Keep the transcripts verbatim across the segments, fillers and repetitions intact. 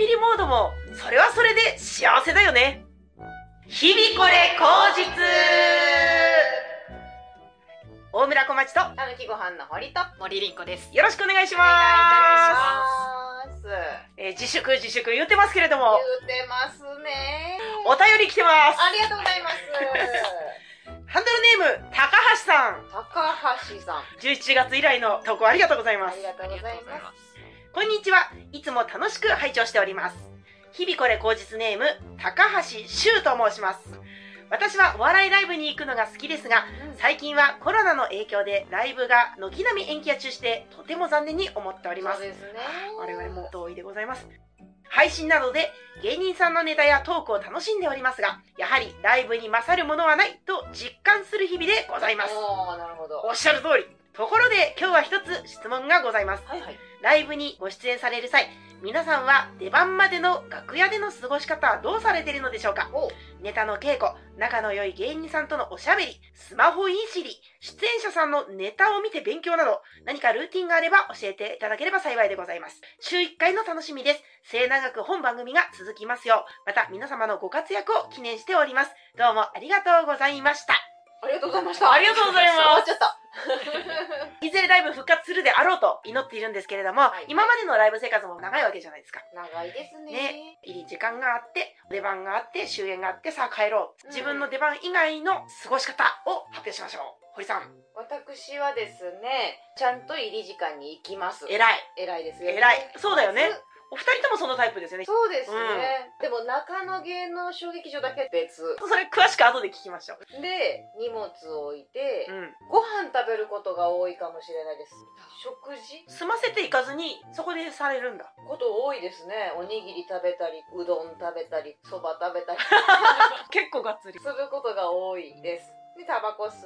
びりモードもそれはそれで幸せだよね。日々これ口実。大村小町とたぬきご飯の堀と森凛子です。 よろしくお願いします。 お願いいたします。 えー、自粛自粛言ってますけれども、 言ってますね。 お便り来てます。 ありがとうございます。 ハンドルネーム高橋さん。 高橋さん、 じゅういちがつ以来の投稿ありがとうございます。 ありがとうございます。 こんにちは。いつも楽しく拝聴しております。日々これ口実ネーム高橋修と申します。私はお笑いライブに行くのが好きですが、最近はコロナの影響でライブが軒並み延期や中止でとても残念に思っております。 そうですね。 我々も同意でございます。配信などで芸人さんのネタやトークを楽しんでおりますが、やはりライブに勝るものはないと実感する日々でございます。 おー、なるほど。 おっしゃる通り。ところで今日は一つ質問がございます。 はいはい。 ライブにご出演される際、皆さんは出番までの楽屋での過ごし方はどうされているのでしょうか？ネタの稽古、仲の良い芸人さんとのおしゃべり、スマホいじり、出演者さんのネタを見て勉強など、何かルーティンがあれば教えていただければ幸いでございます。週いっかいの楽しみです。末永く本番組が続きますよう、また皆様のご活躍を記念しております。どうもありがとうございました。 ありがとうございました。 ありがとうございます。 終わっちゃった。 いずれライブ復活するであろうと祈っているんですけれども、はい、今までのライブ生活も長いわけじゃないですか。 長いですね。 ね、入り時間があって、出番があって、終演があって、さあ帰ろう。自分の出番以外の過ごし方を発表しましょう。堀さん。 私はですね、ちゃんと入り時間に行きます。 偉い。 偉いですよね。 偉い。そうだよね。お二人ともそのタイプですよね。 そうですね。うん、でも中野芸能小劇場だけ別。 それ詳しく後で聞きましょう。 で、荷物を置いて、うん、ご飯食べることが多いかもしれないです。食事済ませていかずにそこでされるんだ。 こと多いですね。おにぎり食べたり、うどん食べたり、そば食べたり。 結構がっつり。 することが多いです。で、タバコ吸って、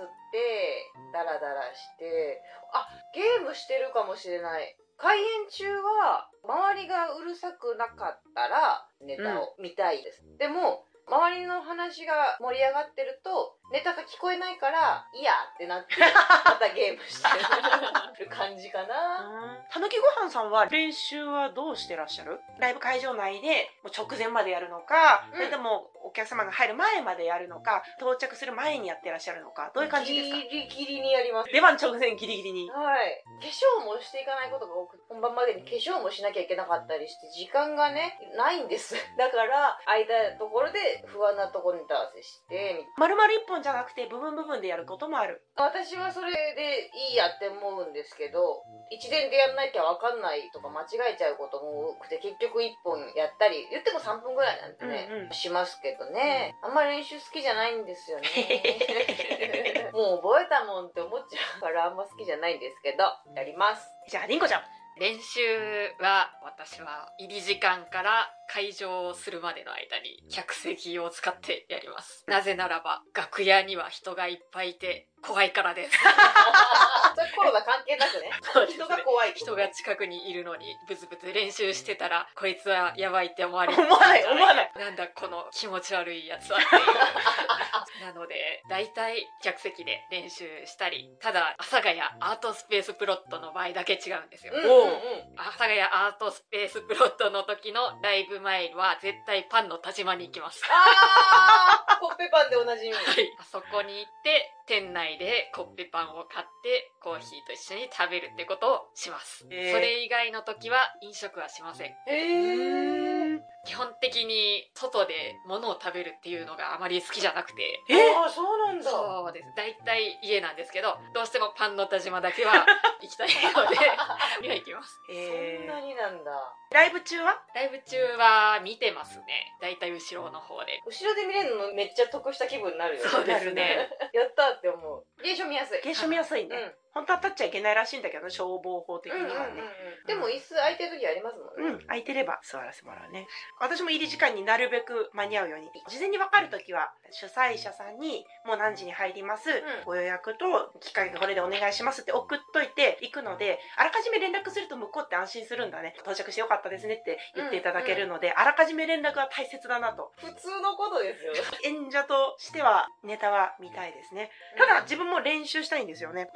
ダラダラして、あ、ゲームしてるかもしれない。開演中は周りがうるさくなかったらネタを見たいです、うん、でも周りの話が盛り上がってるとネタが聞こえないからいいやってなってまたゲームしてる感じかな。 たぬきごはんさんは練習はどうしてらっしゃる？ライブ会場内でもう直前までやるのか、うん、それともお客様が入る前までやるのか、到着する前にやってらっしゃるのか、どういう感じですか？ ギリギリにやります。 出番直前ギリギリに。 はい。化粧もしていかないことが多く、本番までに化粧もしなきゃいけなかったりして時間がねないんです。だから空いたところで不安なところにネタ合わせして丸々一本じゃなくて部分部分でやることもある。 私はそれでいいやって思うんですけど、一連でやんなきゃ分かんないとか間違えちゃうことも多くて、結局一本やったり言ってもさんぷんぐらいなんてね、うんうん、しますけどね、うん、あんまり練習好きじゃないんですよね。もう覚えたもんって思っちゃうからあんま好きじゃないんですけど、やります。 じゃありんこちゃん。 練習は私は入り時間から会場をするまでの間に客席を使ってやります。なぜならば楽屋には人がいっぱいいて怖いからです。 それコロナ関係なくね。人が怖い。 人が近くにいるのにブツブツ練習してたらこいつはやばいって思われる。 思わない思わない。 なんだこの気持ち悪いやつはっていう。なので大体客席で練習したり、ただ阿佐ヶ谷アートスペースプロットの場合だけ違うんですよ。 うんうんうん、 阿佐ヶ谷アートスペースプロットの時のライブ前は絶対パンの田島に行きます。 あー、コッペパンでおなじみ。 はい。あそこに行って店内でコッペパンを買ってコーヒーと一緒に食べるってことをします。それ以外の時は飲食はしません。 へー。 基本的に外で物を食べるっていうのがあまり好きじゃなくて。 えー、そうなんだ。 そうです。大体家なんですけど、どうしてもパンの田島だけは行きたいのでには行きます。 えー、そんなになんだ。 ライブ中はライブ中は見てますね。大体後ろの方で。 後ろで見れるのめっちゃ得した気分になるよね。 そうですね。 やったって思う。現象見やすい。 現象見やすいね。うん、本当は立っちゃいけないらしいんだけど、消防法的にはね。うんうんうんうん、 でも椅子空いてる時ありますもんね。 うん、空いてれば座らせてもらうね。私も入り時間になるべく間に合うように。事前に分かるときは、主催者さんにもう何時に入ります、うん、ご予約と機会がこれでお願いしますって送っといて行くので、あらかじめ連絡すると向こうって安心するんだね。到着してよかったですねって言っていただけるので、うんうん、あらかじめ連絡は大切だなと。 普通のことですよ。 演者としてはネタは見たいですね。ただ自分も練習したいんですよね。うまく説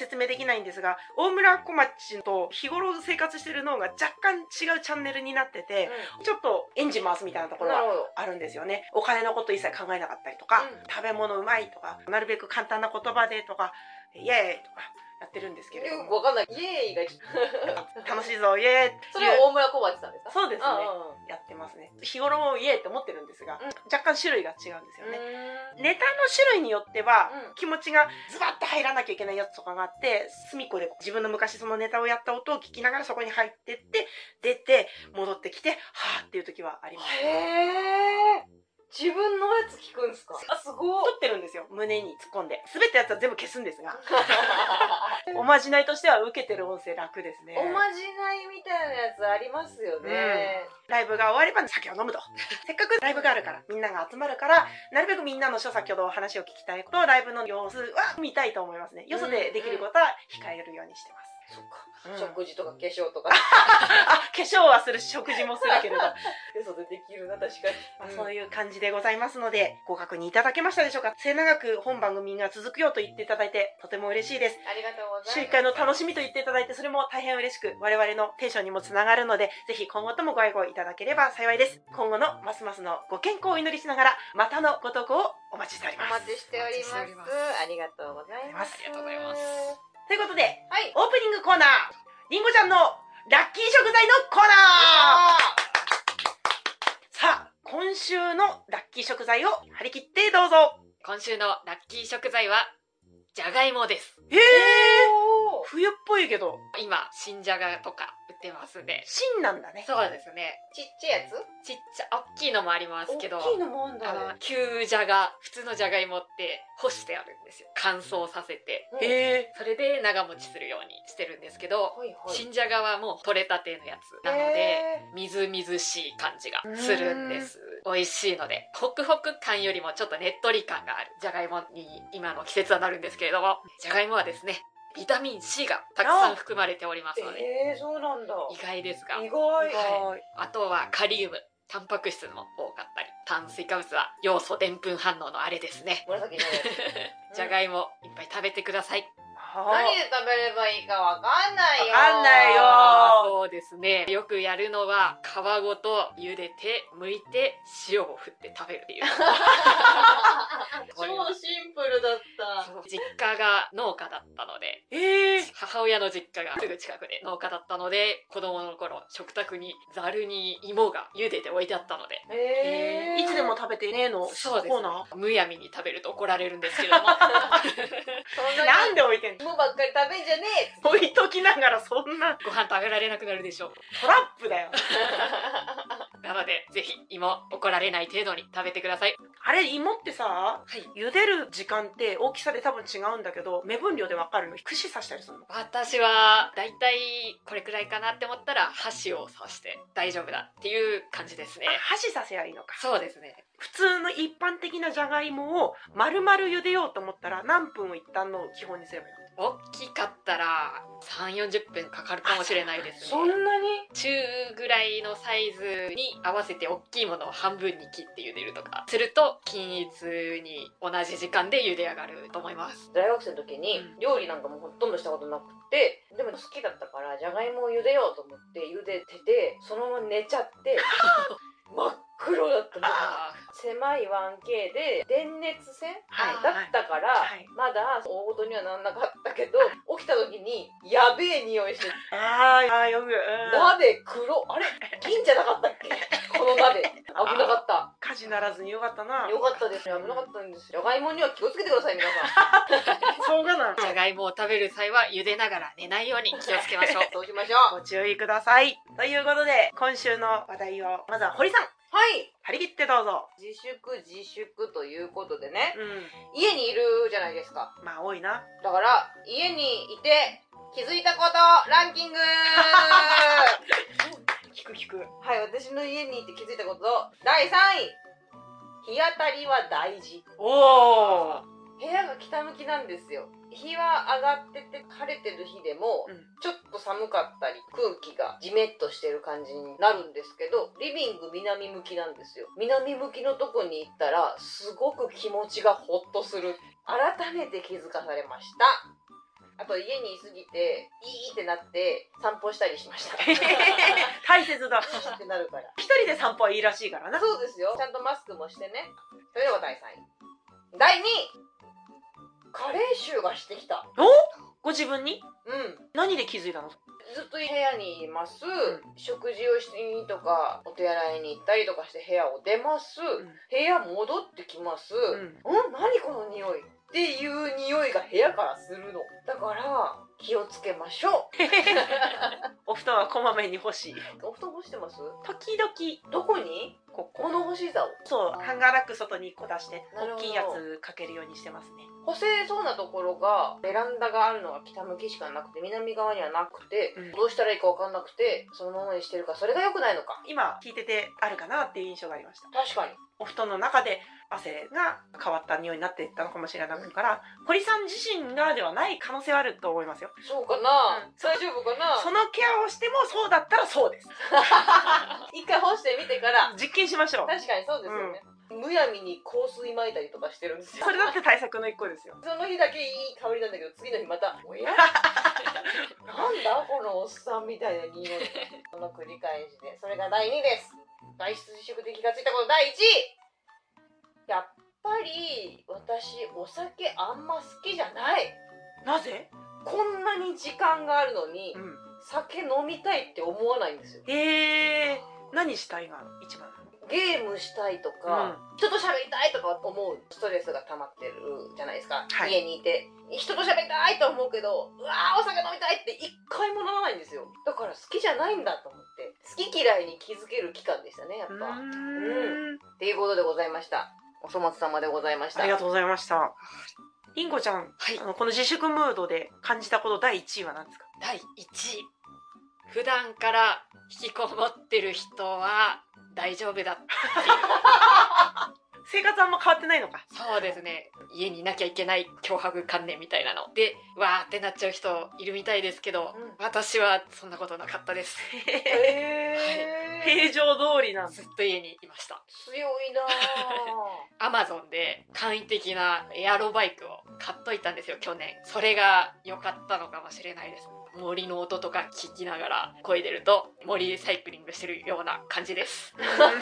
説明できないんですが、大村小町と日頃生活してる脳が若干違うチャンネルになってて、うん、ちょっとエンジン回すみたいなところがあるんですよね。お金のこと一切考えなかったりとか、うん、食べ物うまいとか、なるべく簡単な言葉でとか、イエーイとかやってるんですけれども。 よくわかんない。イエーイが楽しいぞ、イエーイって。 それは大村小町さんですか？ そうですね。やってますね。日頃もイエーイって思ってるんですが、うん、若干種類が違うんですよね。ネタの種類によっては、うん、気持ちがズバッと入らなきゃいけないやつとかがあって、隅っこで自分の昔そのネタをやった音を聞きながらそこに入ってって、出て、戻ってきて、はぁっていう時はあります。 へー。自分のやつ聞くんですか？あ、すごい。 撮ってるんですよ。胸に突っ込んで。滑ったやつは全部消すんですが。おまじないとしては受けてる音声楽ですね。 おまじないみたいなやつありますよね。 うん、ライブが終われば酒を飲むと。せっかくライブがあるから、みんなが集まるから、なるべくみんなの先ほどお話を聞きたいこと、ライブの様子は見たいと思いますね。よそでできることは控えるようにしてます。 そっか、うん、食事とか化粧とかあ、化粧はするし食事もするけれどよそでできるな、確かに、 まあ、そういう感じでございますので、ご確認いただけましたでしょうか。末永く本番組が続くよと言っていただいてとても嬉しいです。 ありがとうございます。 週いっかいの楽しみと言っていただいて、それも大変嬉しく、我々のテンションにもつながるので、ぜひ今後ともご愛顧いただければ幸いです。今後のますますのご健康をお祈りしながら、またのご投稿をお待ちしております。 お待ちしております。ありがとうございます。 ありがとうございます。 ということで、 はい、 オープニングコーナー、りんごちゃんのラッキー食材のコーナー。さあ、今週のラッキー食材を張り切ってどうぞ。 今週のラッキー食材はじゃがいもです。 えー、冬っぽいけど今新じゃがとか売ってますね。 新なんだね。 そうですね。 ちっちゃいやつ？ ちっちゃ大きいのもありますけど、 大きいのもあんだ、ね、 あの旧じゃが、普通のじゃがいもって干してあるんですよ。乾燥させて、 へー、 それで長持ちするようにしてるんですけど、 はいはい、 新じゃがはもう取れたてのやつなのでみずみずしい感じがするんです。美味しいので、ホクホク感よりもちょっとねっとり感があるじゃがいもに今の季節はなるんですけれども、じゃがいもはですね、ビタミン C がたくさん含まれておりますので、 えー、そうなんだ。 意外ですが、 意外、 はい、あとはカリウム、タンパク質も多かったり、炭水化物は要素でんぷん反応のあれですね。 紫のやつじゃがいもいっぱい食べてください。 何で食べればいいかわかんないよ。 わかんないよ。 そうですね。よくやるのは皮ごと茹でて剥いて塩を振って食べるっていう。 超シンプルだった。 実家が農家だったので、 えー、 母親の実家がすぐ近くで農家だったので、子供の頃食卓にざるに芋が茹でて置いてあったので、 えー、いつでも食べてねえの。 そうです、 コーナーむやみに食べると怒られるんですけどもなんで置いてんの。 芋ばっかり食べんじゃねえ。 置いときながらそんなご飯食べられなくなるでしょう。 トラップだよなのでぜひ芋怒られない程度に食べてください。 あれ、芋ってさ、 はい、 茹でる時間って大きさで多分違うんだけど、目分量で分かるの？串刺したりするの？ 私はだいたいこれくらいかなって思ったら箸を刺して大丈夫だっていう感じですね。 箸刺せばいいのか。そうですね。普通の一般的なじゃがいもを丸々茹でようと思ったら何分を一旦の基本にすればいいの？ 大きかったらさんじゅうよんじゅっぷんかかるかもしれないですね。 そんなに？ 中ぐらいのサイズに合わせて大きいものを半分に切って茹でるとかすると均一に同じ時間で茹で上がると思います。 大学生の時に料理なんかもほとんどしたことなくて、でも好きだったからじゃがいもを茹でようと思って茹でてて、そのまま寝ちゃって真っ黒だったの。狭い ワンケー で電熱線、はい、だったから、はい、まだ大ごとにはなんなかったけど、起きた時にやべえ匂いして、 あーあーよく、うん、 鍋黒、あれ銀じゃなかったっけこの鍋危なかった。 火事ならずによかったな。 よかったですね。危なかったんですよ。じゃがいもには気をつけてください皆さん。 そうがな。 じゃがいもを食べる際は茹でながら寝ないように気をつけましょう。 そうしましょう。 ご注意ください。ということで今週の話題をまずは堀さん、 はい、 張り切ってどうぞ。 自粛自粛ということでね、 うん、 家にいるじゃないですか。 まあ多いな。 だから家にいて気づいたことランキング聞く聞く。 はい、私の家にいて気づいたことだいさんい、日当たりは大事。 おー、 部屋が北向きなんですよ。日は上がってて晴れてる日でも、うん、ちょっと寒かったり空気がジメッとしてる感じになるんですけど、リビング南向きなんですよ。南向きのとこに行ったらすごく気持ちがホッとする。改めて気づかされました。 あと家にいすぎていいってなって散歩したりしました大切だ。 ってなるから。 一人で散歩はいいらしいからな。 そうですよ。ちゃんとマスクもしてね。それではだいさんい。だいにい、加齢臭がしてきた。 お？ご自分に？ うん。 何で気づいたの？ ずっと部屋にいます、 ん食事をしにとかお手洗いに行ったりとかして部屋を出ます、 ん部屋戻ってきます、 んうん何この匂いっていう匂いが部屋からするのだから気をつけましょうお布団はこまめに干し。 お布団干してます？ 時々、 どこに？ ここ。 物干し竿。 そう、ハンガーラック外にいっこ出して、 なるほど大きいやつかけるようにしてますね。 干せそうなところがベランダがあるのが北向きしかなくて南側にはなくて、 うんどうしたらいいか分かんなくてそのままにしてるからそれが良くないのか。 今、聞いててあるかなっていう印象がありました。 確かに。 お布団の中で汗が変わった匂いになっていったのかもしれないから、堀さん自身がではない可能性はあると思いますよ。 そうかな、 うん大丈夫かな。 そのケアをしてもそうだったらそうです。 一回干してみてから実験しましょう。 確かにそうですよね、むやみに香水撒いたりとかしてるんですよ。 それだって対策の一個ですよ。 その日だけいい香りなんだけど次の日またおやなんだこのおっさんみたいな匂いその繰り返しで。それがだいにです。外出自粛で気がついたことだいいちい、やっぱり私お酒あんま好きじゃない。 なぜ？ こんなに時間があるのに、 うん。 酒飲みたいって思わないんですよ。 へえ。何したいが一番？ ゲームしたいとか、人と喋りたいとか思うストレスが溜まってるじゃないですか、 はい、 家にいて人と喋りたいと思うけど、うわーお酒飲みたいって一回も飲まないんですよ。だから好きじゃないんだと思って好き嫌いに気づける期間でしたねやっぱ。 うーん。 うんっていうことでございました。おそ松様でございました。 ありがとうございました。りんごちゃん、 はい、 あのこの自粛ムードで感じたことだいいちいは何ですか？ だいいちい、普段から引きこもってる人は大丈夫だっていう生活あんま変わってないのか。 そうですね、家にいなきゃいけない脅迫観念みたいなのでわーってなっちゃう人いるみたいですけど、うん、私はそんなことなかったです。 へー、平常通りなんずっと家にいました。 強いなアマゾンで簡易的なエアロバイクを買っといたんですよ去年。それが良かったのかもしれないです。森の音とか聞きながら漕いでると森サイクリングしてるような感じです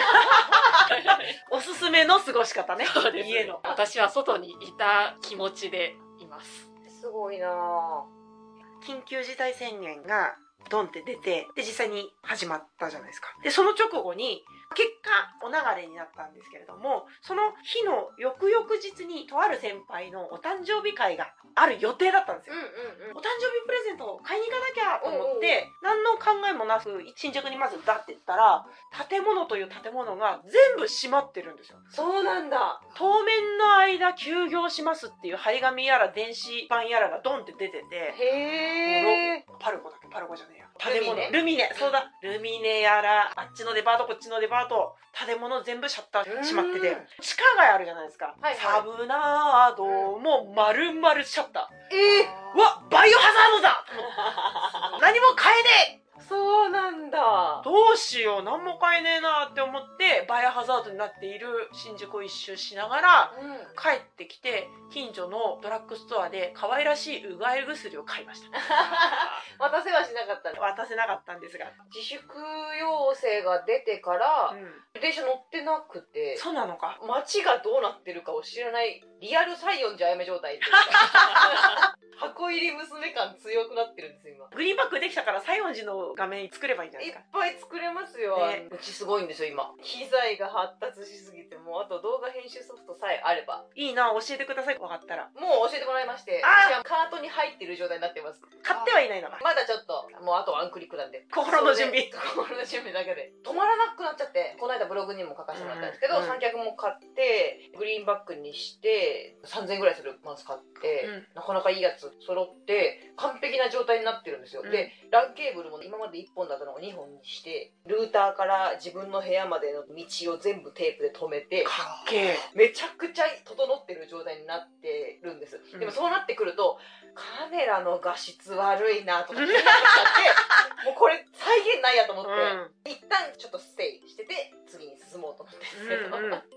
おすすめの過ごし方ね。 そうです。 家の。 私は外にいた気持ちでいます。 すごいな。 緊急事態宣言がドンって出て、で実際に始まったじゃないですか。でその直後に結果お流れになったんですけれども、その日の翌々日にとある先輩のお誕生日会がある予定だったんですよ、 うんうんうん、 お誕生日プレゼントを買いに行かなきゃと思って、何の考えもなく新宿にまずダッて行ったら、建物という建物が全部閉まってるんですよ。 そうなんだ。 当面の間休業しますっていう張り紙やら電子版やらがドンって出てて、 へー、 パルコだっけ、パルコじゃねえや、建物、 ルミネ、 ルミネ、そうだ、ルミネやらあっちのデパートこっちのデパート、建物全部シャッター閉まってて、地下街あるじゃないですか、はいはい、サブナードも丸々シャッター、えー、うわ、バイオハザードだ何も買えねえ。 そうなんだ。 どうしよう、何も買えねえなって思ってバイオハザードになっている新宿を一周しながら、うん、帰ってきて近所のドラッグストアで可愛らしいうがい薬を買いました渡せはしなかったね。 渡せなかったんですが、 自粛要請が出てから、うん、電車乗ってなくて。 そうなのか。 街がどうなってるかを知らないリアル西園寺あやめ状態っていうか箱入り娘感強くなってるんですよ今。 グリーンバックできたから西園寺の画面作ればいいんじゃないですか。 いっぱい作れますよ、ね、うちすごいんですよ今。機材が発達しすぎて、もうあと動画編集ソフトさえあれば。 いいな、教えてください。分かったら。 もう教えてもらいまして、私はカートに入ってる状態になってます。 買ってはいないのか。 まだちょっと、もうあとワンクリックなんで。 心の準備。 心の準備だけで止まらなくなっちゃって、この間ブログにも書かせてもらったんですけど、うん、三脚も買ってグリーンバックにしてさんぜんえんぐらいするマウス買って、うん、なかなかいいやつ揃って完璧な状態になってるんですよ、うん、でランケーブルも今までいっぽんだったのをにほんにして、ルーターから自分の部屋までの道を全部テープで止めて、 かっけえ、 めちゃくちゃ整ってる状態になってるんです、うん、でもそうなってくるとカメラの画質悪いなとか気になっちゃってもうこれ再現ないやと思って、うん、一旦ちょっとステイしてて次に進もうと思ってるんですけど、うんうん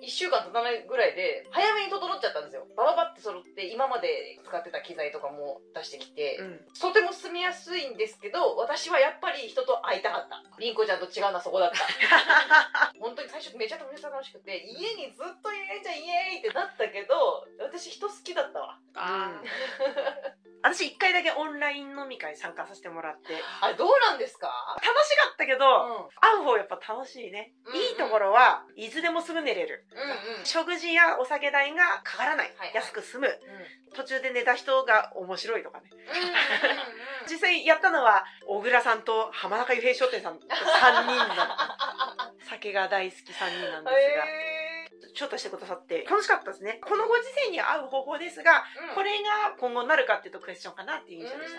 いっしゅうかん経たないぐらいで早めに整っちゃったんですよ。バババって揃って今まで使ってた機材とかも出してきて、 うん、 とても住みやすいんですけど、私はやっぱり人と会いたかった。りんこちゃんと違うのはそこだった本当に最初めちゃめちゃ楽しくて、家にずっといれんじゃんイエーイってなったけど、私人好きだったわ。 あー、 私一回だけオンライン飲み会参加させてもらって、 あれどうなんですか？ 楽しかったけど、 うん会う方やっぱ楽しいね、 うんうん、 いいところはいつでもすぐ寝れる、 うんうん、 食事やお酒代がかからない、 はいはい、 安く済む、 うん、 途中で寝た人が面白いとかね、 うんうんうん、 実際やったのは小倉さんと浜中由平商店さんさんにんだった酒が大好きさんにんなんですが、招待してくださって楽しかったですね。このご時世に合う方法ですが、うん、これが今後なるかっていうとクエスチョンかなっていう印象でした。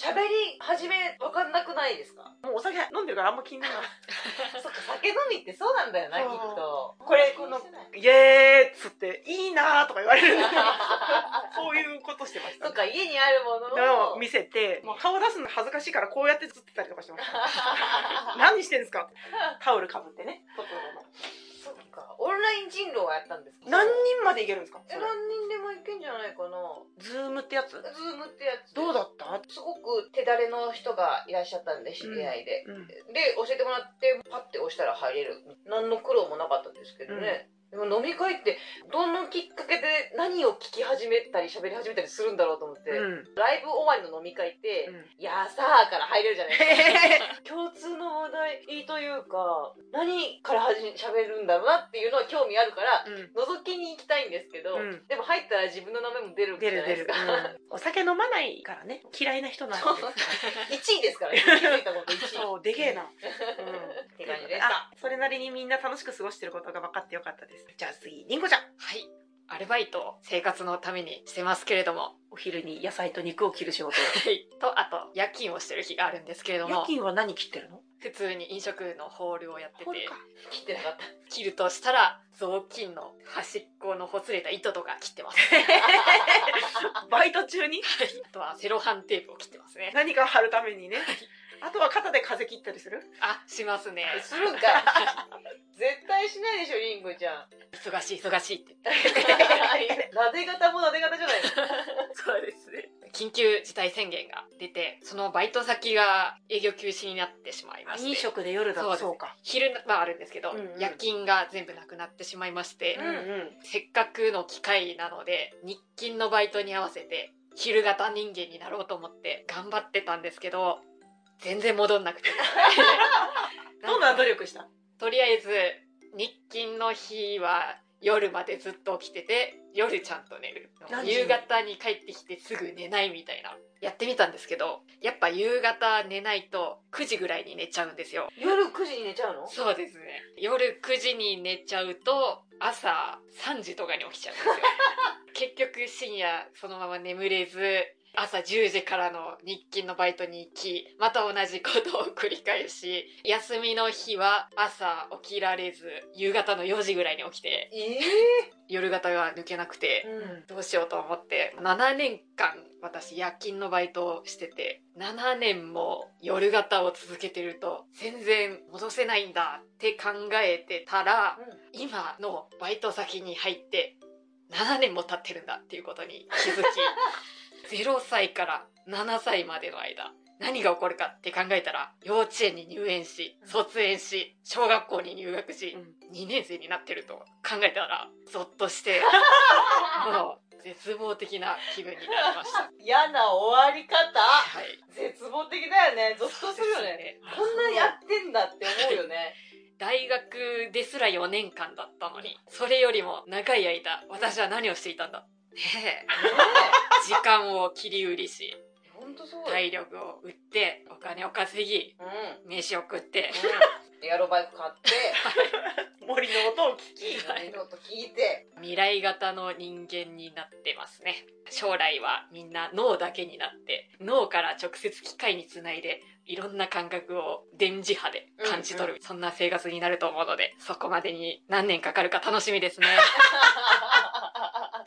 喋り始め分かんなくないですか？ もうお酒飲んでるからあんま気にならないそっか、酒飲みってそうなんだよな、きっと。 これこのイエーっつっていいなーとか言われるんだけどそういうことしてました、ね、 そっか、家にあるものを見せて、もう顔出すの恥ずかしいからこうやって映ってたりとかしてました何してんですか？タオルかぶってね。 そっか、オンライン人狼はやったんですか？ 何人までいけるんですか？ え、何人でもいけんじゃないかな。 ズームってやつ？ズームってやつ。 どうだった？ すごく手だれの人がいらっしゃったんで、知り合いで、うんうん、で教えてもらってパッて押したら入れる。何の苦労もなかったんですけどね、うん、でも飲み会ってどのきっかけで何を聞き始めたり喋り始めたりするんだろうと思って、うん、ライブ終わりの飲み会って、うん、いやさーから入れるじゃないですか共通の話題というか、何からはじ喋るんだろうなっていうのは興味あるから、うん、覗きに行きたいんですけど、うん、でも入ったら自分の名前も出るじゃないですか。 出る出る、うん、お酒飲まないからね、嫌いな人なんですいちいですからね、気づいたこといちい。 そう、でけえな、うん、 って感じでした。 それなりにみんな楽しく過ごしてることが分かってよかったです。じゃあ次、りんこちゃん。 はい、アルバイト生活のためにしてますけれども、 お昼に野菜と肉を切る仕事はいと、あと夜勤をしてる日があるんですけれども。 夜勤は何切ってるの？ 普通に飲食のホールをやってて、 切ってなかった。 切るとしたら雑巾の端っこのほつれた糸とか切ってますバイト中に？ あとはセロハンテープを切ってますね。 何か貼るためにね。あとは肩で風切ったりする？ あ、しますね。 するんかい絶対しないでしょ、りんごちゃん。 忙しい忙しいってなで方もなで方じゃないのそうですね。緊急事態宣言が出て、そのバイト先が営業休止になってしまいまして。 飲食で夜だとそうか。 昼はあるんですけど、うんうん、夜勤が全部なくなってしまいまして、うんうん、せっかくの機会なので日勤のバイトに合わせて昼型人間になろうと思って頑張ってたんですけど、全然戻んなくてどんな努力した？ とりあえず日勤の日は夜までずっと起きてて、夜ちゃんと寝る。夕方に帰ってきてすぐ寝ないみたいなやってみたんですけど、やっぱ夕方寝ないとくじぐらいに寝ちゃうんですよ。 夜くじに寝ちゃうの？ そうですね。夜くじに寝ちゃうと朝さんじとかに起きちゃうんですよ結局深夜そのまま眠れず、朝じゅうじからの日勤のバイトに行き、また同じことを繰り返し、休みの日は朝起きられず、夕方のよじぐらいに起きて、 えー、 夜型が抜けなくて、うん、どうしようと思って、ななねんかん私夜勤のバイトをしてて、ななねんも夜型を続けてると全然戻せないんだって考えてたら、うん、今のバイト先に入ってななねんも経ってるんだっていうことに気づきゼロさいからななさいまでの間、何が起こるかって考えたら、幼稚園に入園し、卒園し、小学校に入学し、うん、にねん生になってると考えたら、ゾッとして、もう絶望的な気分になりました。 嫌な終わり方、 はい、 絶望的だよね。ゾッとするよね。こんなやってんだって思うよね。 大学ですらよねんかんだったのに、それよりも長い間、私は何をしていたんだ。ねえ。ねえ時間を切り売りし、 本当そう、 体力を売ってお金を稼ぎ、うん、飯を食って、 うん、エアロバイク買って森の音を聞き、 森の音聞いて、 未来型の人間になってますね。将来はみんな脳だけになって、脳から直接機械につないでいろんな感覚を電磁波で感じ取る、うんうん、そんな生活になると思うので、そこまでに何年かかるか楽しみですね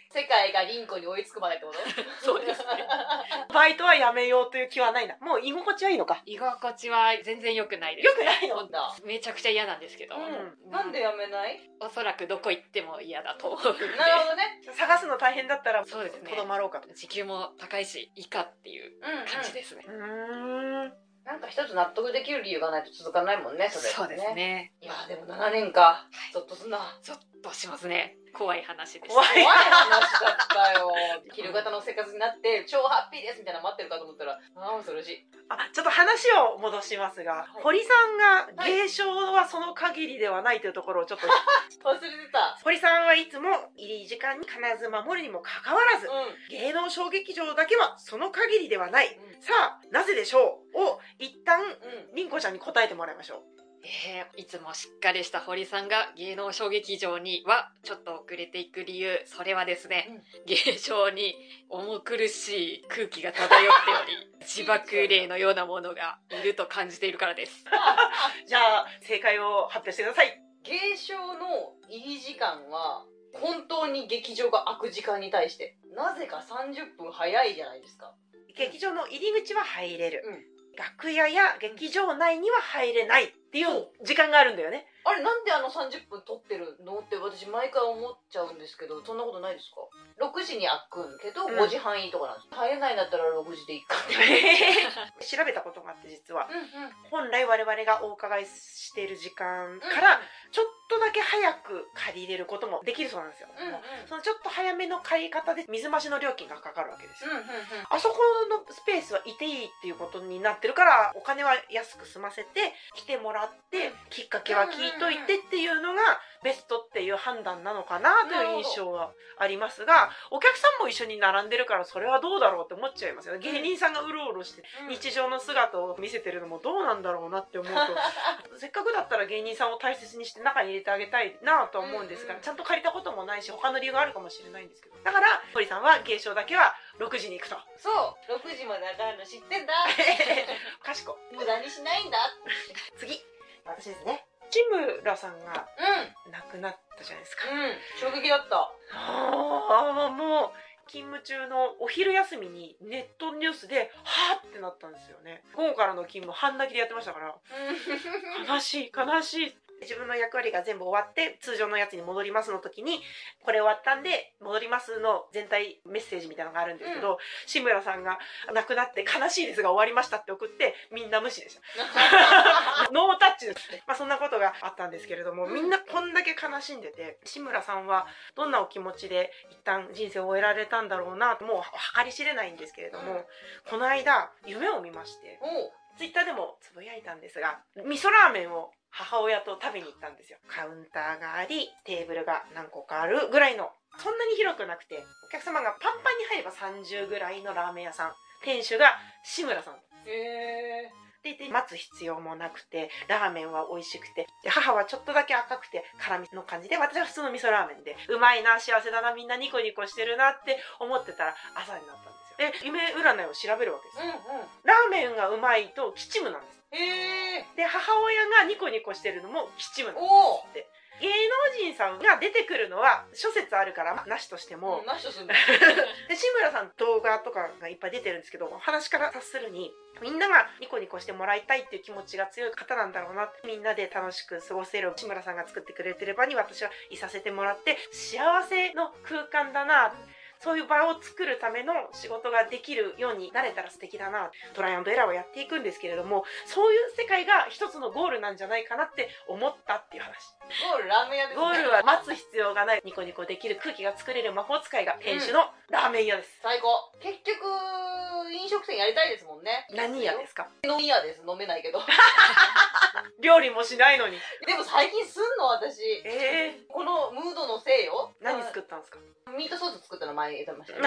世界がリンコに追いつくまでってことそうですね。 バイトはやめようという気はないな。もう居心地はいいのか。 居心地は全然良くないです。 よくないの。 なんだ。 めちゃくちゃ嫌なんですけど、 うん。なんでやめない？ おそらくどこ行っても嫌だと思うんで。 なるほどね。 探すの大変だったら、 そうですね。 とどまろうかと。 時給も高いし、いいかっていう感じですね。 うーん。 なんか一つ納得できる理由がないと続かないもんね、それ、ね。 そうですね。 いやーでもななねんか。ゾッとすんな。 ゾッとしますね。怖い話でした。 怖い怖い話だったよ。昼型の生活になって超ハッピーですみたいなの待ってるかと思ったら、ああ恐ろしい。 あ、ちょっと話を戻しますが、 はい堀さんが芸商はその限りではないというところをちょっと、 忘れてた。 堀さんはいつも入り時間に必ず守るにもかかわらず、 う芸能小劇場だけはその限りではない。 ん。 さあ、なぜでしょうを一旦、 うん。 りんこちゃんに答えてもらいましょう。 えーいつもしっかりした堀さんが芸能小劇場にはちょっと遅れていく理由、それはですね、芸商に重苦しい空気が漂っており、自爆霊のようなものがいると感じているからです。 じゃあ、正解を発表してください。 芸商の入り時間は本当に劇場が開く時間に対してなぜかさんじゅっぷん早いじゃないですか。 劇場の入り口は入れる。 うん楽屋や劇場内には入れないっていう時間があるんだよね。 あれなんであのさんじゅっぷん撮ってるのって私毎回思っちゃうんですけど、そんなことないですか？ろくじに開くんけどうんごじはんいいとかなんです。入れないんだったらろくじでいいかって。 調べたことがあって実は、 うんうん。 本来我々がお伺いしている時間からちょっとだけ早く借りれることもできるそうなんですよ。 うんうん。 そのちょっと早めの借り方で水増しの料金がかかるわけですよ。 うんうんうん。 あそこのスペースはいていいっていうことになってるから、お金は安く済ませて来てもらってきっかけは聞いといてっていうのがベストっていう判断なのかなという印象はありますが、お客さんも一緒に並んでるからそれはどうだろうって思っちゃいますよね。芸人さんがうろうろして日常の姿を見せてるのもどうなんだろうなって思うと、せっかくだったら芸人さんを大切にして中に入れてあげたいなと思うんですが、ちゃんと借りたこともないし他の理由があるかもしれないんですけど、だから堀さんは芸商だけはろくじに行くと。 そうろくじまで上がるの知ってんだ。 賢い。 無駄にしないんだ。 次、私ですね。志村さんがうん亡くなったじゃないですか。 うん。衝撃だった。 ああ、もう勤務中のお昼休みにネットニュースではーってなったんですよね。午後からの勤務半泣きでやってましたから、悲しい悲しい。自分の役割が全部終わって通常のやつに戻りますの時に、これ終わったんで戻りますの全体メッセージみたいなのがあるんですけど、うん、志村さんが亡くなって悲しいですが終わりましたって送ってみんな無視でしたノータッチですね。まあそんなことがあったんですけれども、みんなこんだけ悲しんでて、志村さんはどんなお気持ちで一旦人生を終えられたんだろうなと、もう計り知れないんですけれども、うん、この間夢を見まして、ツイッターでもつぶやいたんですが、味噌ラーメンを母親と食べに行ったんですよ。カウンターがあり、テーブルが何個かあるぐらいの、そんなに広くなくて、お客様がパンパンに入ればさんじゅうぐらいのラーメン屋さん。店主が志村さん。 へで、で待つ必要もなくて、ラーメンは美味しくて、で母はちょっとだけ赤くて辛みの感じで、私は普通の味噌ラーメンで、うまいな、幸せだな、みんなニコニコしてるなって思ってたら朝になったんですよ。で、夢占いを調べるわけですよ。うんうん、ラーメンがうまいと吉夢なんです。 へで、母親がニコニコしてるのも吉夢なんですって。芸能人さんが出てくるのは諸説あるから、まあ、なしとしても、 うん、なしとするんだで志村さん動画とかがいっぱい出てるんですけど、話から察するにみんながニコニコしてもらいたいっていう気持ちが強い方なんだろうな。みんなで楽しく過ごせる志村さんが作ってくれてる場に私はいさせてもらって、幸せの空間だな、そういう場を作るための仕事ができるようになれたら素敵だな。トライアンドエラーをやっていくんですけれども、そういう世界が一つのゴールなんじゃないかなって思ったっていう話。 ゴールラーメン屋ですね。 ゴールは待つ必要がない、ニコニコできる空気が作れる魔法使いが店主のラーメン屋です、 うん、最高。結局飲食店やりたいですもんね。 何屋ですか？ 飲み屋です。飲めないけど料理もしないのに。 でも最近すんの私。 えー、 このムードのせいよ。 何作ったんですか？ ミートソース作ったの前言ってましたね。 はい。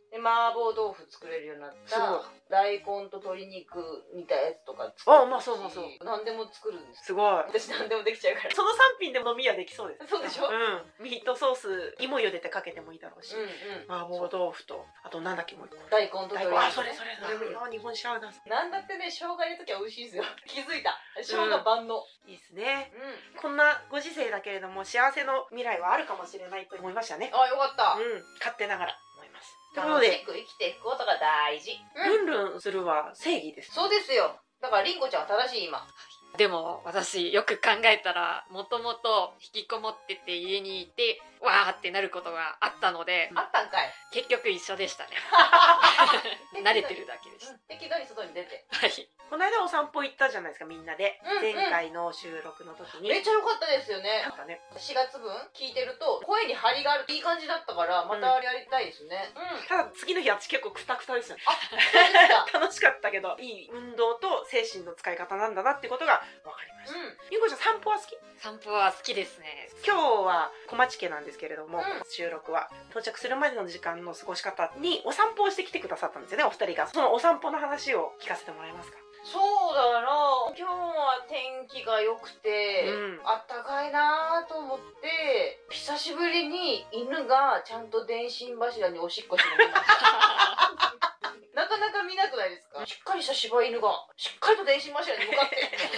で麻婆豆腐作れるようになっすごいた。大根と鶏肉煮たやつとか作るし。 あ、まあそうまあそう。 何でも作るんです。 すごい。 私何でもできちゃうから。 そのさん品でも飲みはできそうです。 そうでしょ。 うん。ミートソース、芋茹でてかけてもいいだろうし。 うんうん。 麻婆豆腐と、あとなんだっけもう一個。 大根と大根。 鶏肉。 あ、それそれ。 それもいいよ。 あ、日本酒合うな。 なんだってね、生姜入れるときは美味しいですよ。気づいた。生姜万能。 いいですね。 うん。 こんなご時世だけれども、幸せの未来はあるかもしれないと思いましたね。 あ、よかった。 うん。勝手ながら思います。ということで、 楽しく生きていくことが大事。 ルンルンするは正義です。 そうですよ。だからりんごちゃんは正しい今。 でも私よく考えたらもともと引きこもってて家にいてわーってなることがあったのであったんかい。 結局一緒でしたね慣れてるだけでしうん適度に外に出て。 たはいこの間お散歩行ったじゃないですか、みんなで。 うんうん前回の収録の時に。 めっちゃ良かったですよねなん。かね、 しがつぶん聞いてると声に張りがあるいい感じだったからまたやりたいですね。うん。 ただ次の日私結構クタクタですよね。 あ、そうですか。 楽しかったけど、いい運動と精神の使い方なんだなってことが分かりました。 うん。 ゆうこちゃん散歩は好き？ 散歩は好きですね。 今日は小町家なんですけれども、 うん収録は到着するまでの時間の過ごし方にお散歩をしてきてくださったんですよね、お二人が。そのお散歩の話を聞かせてもらえますか？ そうだな。今日は天気が良くて、 うんあったかいなと思って久しぶりに犬がちゃんと電信柱におしっこしてるの見ましたなかなか見なくないですか？しっかりした柴犬がしっかりと電信柱に向かって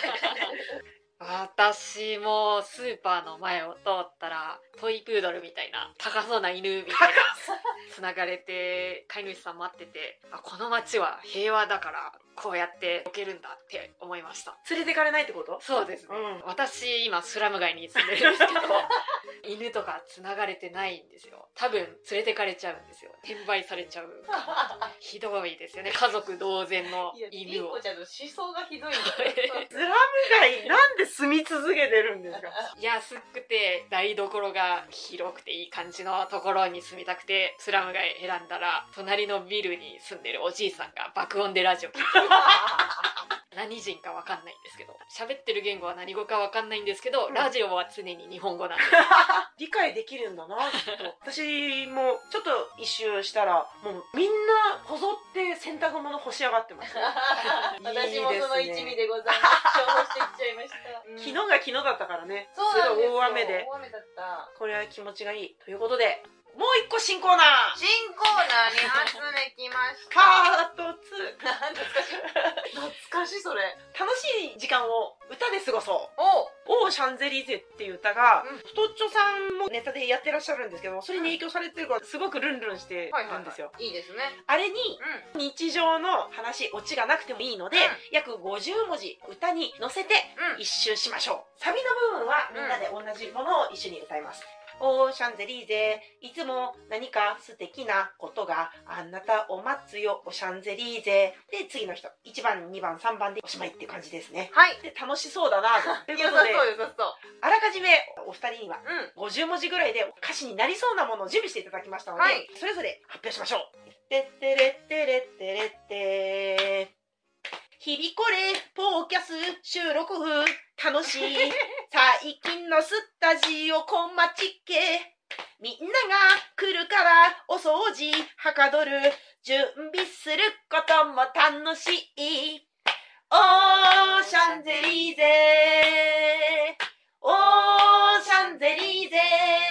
私もスーパーの前を通ったらトイプードルみたいな高そうな犬みたいなつながれて飼い主さん待ってて、あ、この街は平和だからこうやって置けるんだって思いました。 連れてかれないってこと？ そうですね、 うん私今スラム街に住んでるんですけど犬とかつながれてないんですよ。多分連れてかれちゃうんですよ。転売されちゃうひどいですよね、家族同然のいやり犬をんこちゃんの思想がひどいんだよスラム街なんで住み続けてるんですか？ 安くて台所が広くていい感じのところに住みたくてスラム街選んだら、隣のビルに住んでるおじいさんが爆音でラジオ聞いてる何人かわかんないんですけど、喋ってる言語は何語かわかんないんですけど、 うんラジオは常に日本語なんです理解できるんだなきっと。私もちょっと一周したらもうみんなこぞって洗濯物干し上がってますよ。 私もその一味でございます。重宝してきちゃいました、うん昨日が昨日だったからね。 そうなんですよ。 すごい大雨で大雨だった。 これは気持ちがいいということで、もう一個新コーナー、 新コーナーに集めきました。 パートツー。 懐かしい。懐かしいそれ。 楽しい時間を歌で過ごそう。 おオーシャンゼリーゼっていう歌が、 うん太っちょさんもネタでやってらっしゃるんですけど、それに影響されてるからすごくルンルンしてはいはい、 るんですよ。 いいですね。 あれにう日常の話、オチがなくてもいいので、 うん約ごじゅうもじ歌に乗せてん。うん。 一周しましょう。サビの部分はみんなで同じものを一緒に歌います。オーシャンゼリーゼ、いつも何か素敵なことがあなたを待つよ、オーシャンゼリーゼ。で、次の人、いちばん、にばん、さんばんでおしまいっていう感じですね。 はい。 で、楽しそうだなと。という良さことで、 そう良さそう。 あらかじめお二人にはうん。 ごじゅうもじぐらいで歌詞になりそうなものを準備していただきましたので、 はいそれぞれ発表しましょう。てってれってれってれって日々これポーキャス収録風楽しい最近のスタジオ小町家みんなが来るからお掃除はかどる準備することも楽しいオーシャンゼリーゼオーシャンゼリーゼ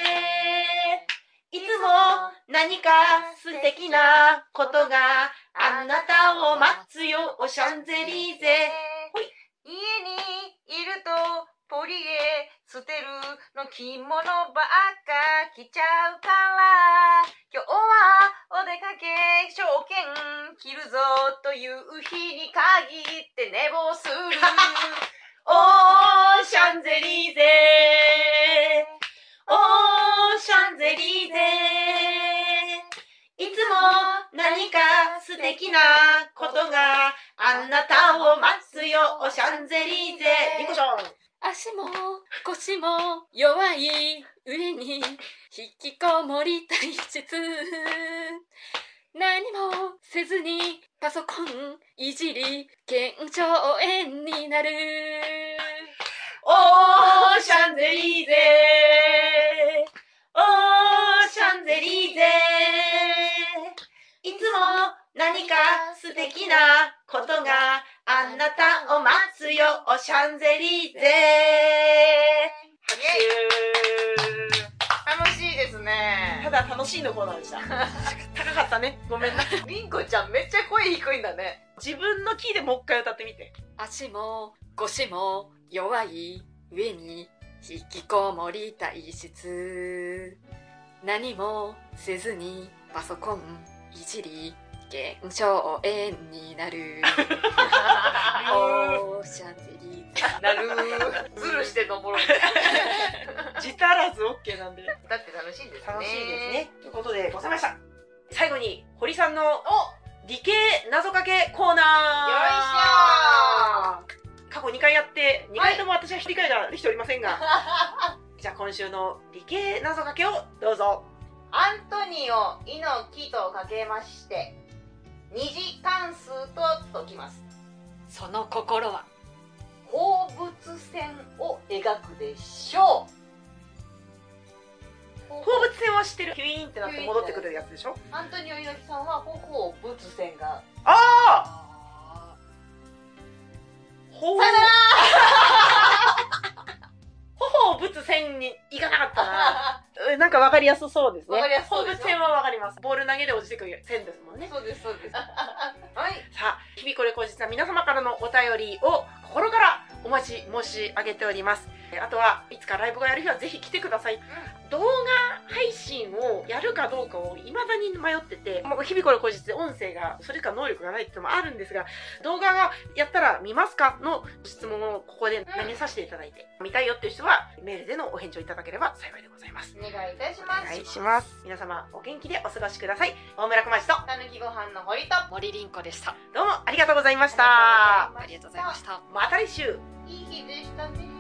いつも何か素敵なことがあなたを待つよオーシャンゼリーゼほい家にいるとポリエ捨てるの着物ばっか着ちゃうから今日はお出かけ証券着るぞという日に限って寝坊するオーシャンゼリーゼオーシャンゼリーゼいつも何か素敵なことがあなたを待つよオーシャンゼリーゼリコちゃん足も腰も弱い上に引きこもり体質何もせずにパソコンいじり腱鞘炎になるオーシャンゼリーゼオーシャンゼリーゼいつ何か素敵なことがあなたを待つよ、シャンゼリゼ。拍手。 楽しいですね。 ただ楽しいのコーナーでした。高かったね。ごめんな。 りんこちゃんめっちゃ声低いんだね。 自分のキーでもう一回歌ってみて。 足も腰も弱い上に引きこもり体質。何もせずにパソコンいじり現象炎になる。オーシャンゼリーなるー。ズルして登ろう。 自足らず OK なんで。 だって楽しいですね。 楽しいですね。ということでございました。最後に堀さんのお理系謎かけコーナー。 よいしょー。 過去にかいやってにかいとも私は理解ができておりませんが、じゃあ今週の理系謎かけをどうぞ。 アントニオ猪木とかけまして二次関数と解きます。 その心は放物線を描くでしょう。 放物線は知ってる。ヒュイーンってなって戻ってくるやつでしょ。 アントニオ猪木さんは頬物線が。 ああほう。 さよなら頬物線に行かなかったな。なんかわかりやすそうですね。 わかりやすそう放ですよ物線はわかります。ボール投げで落ちてくる線ですもんね。 そうですそうです。はい。 さあ、日々これ口実は皆様からのお便りを心からお待ち申し上げております。あとはいつかライブがやる日はぜひ来てください。動画配信をやるかどうかを未だに迷ってて、もう日々これ口実で音声がそれしか能力がないっていうのもあるんですが、動画がやったら見ますかの質問をここで投げさせていただいて、見たいよっていう人はメールでのお返事をいただければ幸いでございます。 お願いいたしおます。 願いします。皆様お元気でお過ごしください。大村小町とたぬきご飯の堀と森凛子でした。 どうもありがとうございました。 ありがとうございました。 また来週。 いい日でしたね。